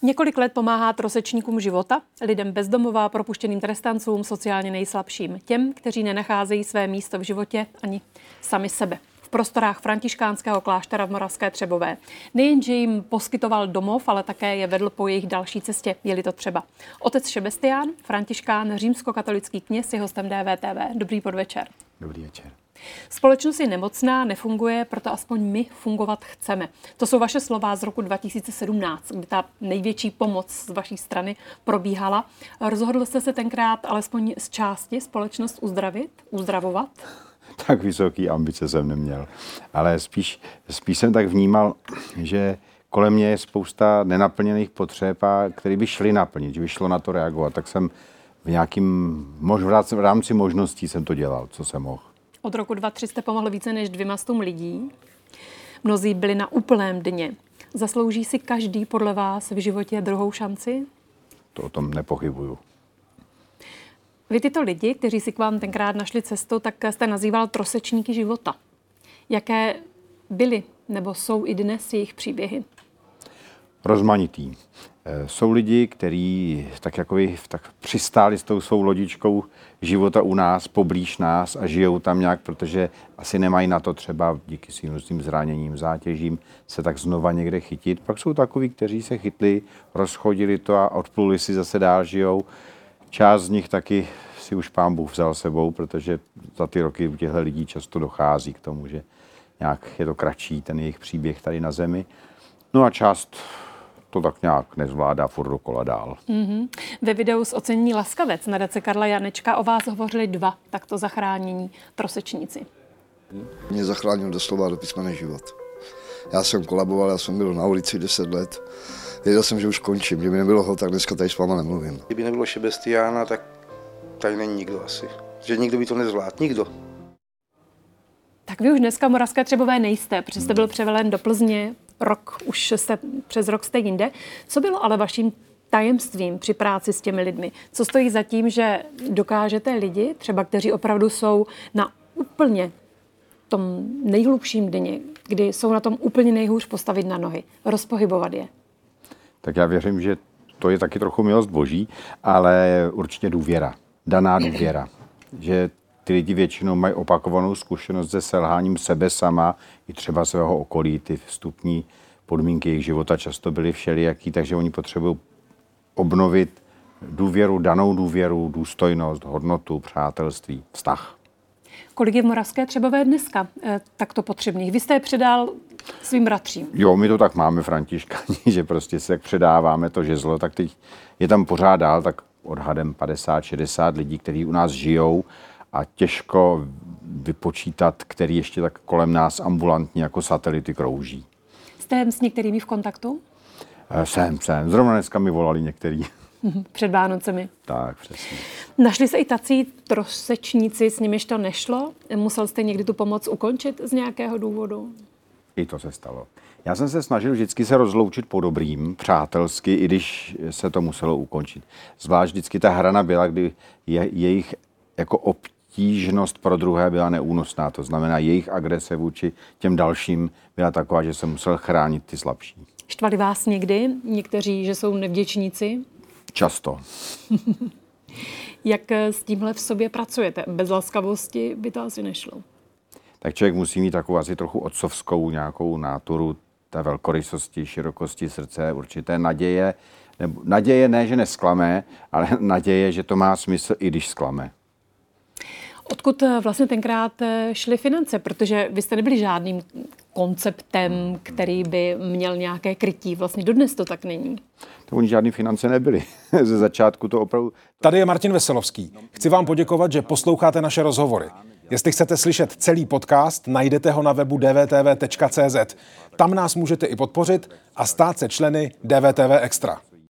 Několik let pomáhá trosečníkům života, lidem bez domova, propuštěným trestancům, sociálně nejslabším, těm, kteří nenacházejí své místo v životě ani sami sebe. V prostorách františkánského kláštera v Moravské Třebové. Nejenže jim poskytoval domov, ale také je vedl po jejich další cestě, je-li to třeba. Otec Šebestián, františkán, římskokatolický kněz, je hostem DVTV. Dobrý podvečer. Dobrý večer. Společnost je nemocná, nefunguje, proto aspoň my fungovat chceme. To jsou vaše slova z roku 2017, kdy ta největší pomoc z vaší strany probíhala. Rozhodl jste se tenkrát alespoň z části společnost uzdravovat? Tak vysoký ambice jsem neměl, ale spíš jsem tak vnímal, že kolem mě je spousta nenaplněných potřeb, které by šly naplnit, že by šlo na to reagovat. Tak jsem v rámci možností jsem to dělal, co jsem mohl. Od roku 2003 jste pomohl více než 200 lidí. Mnozí byli na úplném dně. Zaslouží si každý podle vás v životě druhou šanci? To o tom nepochybuju. Vy tyto lidi, kteří si k vám tenkrát našli cestu, tak jste nazýval trosečníky života. Jaké byly nebo jsou i dnes jejich příběhy? Rozmanitý. Jsou lidi, kteří tak přistáli s tou svou lodičkou života u nás, poblíž nás a žijou tam nějak, protože asi nemají na to třeba díky svým různým zraněním, zátěžím se tak znova někde chytit. Pak jsou takoví, kteří se chytli, rozchodili to a odpluli si zase dál, žijou. Část z nich taky si už Pán Bůh vzal sebou, protože za ty roky u těchto lidí často dochází k tomu, že nějak je to kratší ten jejich příběh tady na zemi. No a část to tak nějak nezvládá furt dokola dál. Mm-hmm. Ve videu z ocenění Laskavec nadace Karla Janečka o vás hovořili dva takto zachránění trosečníci. Mě zachránil doslova do písmene život. Já jsem kolaboval, já jsem byl na ulici 10 let. Věděl jsem, že už končím, kdyby nebylo ho, tak dneska tady s váma nemluvím. Kdyby nebylo Šebestiána, tak tady není nikdo asi. Že nikdo by to nezvládl, nikdo. Tak vy už dneska v Moravské Třebové nejste, protože jste byl převelen do Plzně, přes rok jste jinde. Co bylo ale vaším tajemstvím při práci s těmi lidmi? Co stojí za tím, že dokážete lidi, třeba kteří opravdu jsou na úplně tom nejhlubším dně, kdy jsou na tom úplně nejhůř postavit na nohy, rozpohybovat je? Tak já věřím, že to je taky trochu milost Boží, ale určitě důvěra, daná důvěra, že ty lidi většinou mají opakovanou zkušenost se selháním sebe sama i třeba svého okolí. Ty vstupní podmínky jejich života často byly všelijaký, takže oni potřebují obnovit důvěru, danou důvěru, důstojnost, hodnotu, přátelství, vztah. Kolik je v Moravské Třebové dneska takto potřebných? Vy jste je předal svým bratřím. Jo, my to tak máme, františkáni, že prostě si jak předáváme to žezlo, tak teď je tam pořád dál, tak odhadem 50-60 lidí, kteří u nás žijou a těžko vypočítat, který ještě tak kolem nás ambulantně jako satelity krouží. Jste s některými v kontaktu? Jsem. Zrovna dneska mi volali některý. Před Vánocemi. Tak, přesně. Našli se i tací trosečníci, s nimiž to nešlo? Musel jste někdy tu pomoc ukončit z nějakého důvodu? I to se stalo. Já jsem se snažil vždycky se rozloučit po dobrým, přátelsky, i když se to muselo ukončit. Zvlášť vždycky ta hrana byla, kdy jejich jako obtížnost pro druhé byla neúnosná. To znamená, jejich agrese vůči těm dalším byla taková, že jsem musel chránit ty slabší. Štvali vás někdy někteří, že jsou nevděčníci? Často. Jak s tímhle v sobě pracujete? Bez laskavosti by to asi nešlo. Tak člověk musí mít takovou asi trochu otcovskou nějakou náturu, té velkorysosti, širokosti srdce, určité naděje. Naděje ne, že nesklame, ale naděje, že to má smysl, i když sklame. Odkud vlastně tenkrát šly finance? Protože vy jste nebyli žádným konceptem, který by měl nějaké krytí. Vlastně dodnes to tak není. To oni žádný finance nebyly. Ze začátku to opravdu... Tady je Martin Veselovský. Chci vám poděkovat, že posloucháte naše rozhovory. Jestli chcete slyšet celý podcast, najdete ho na webu dvtv.cz. Tam nás můžete i podpořit a stát se členy DVTV Extra.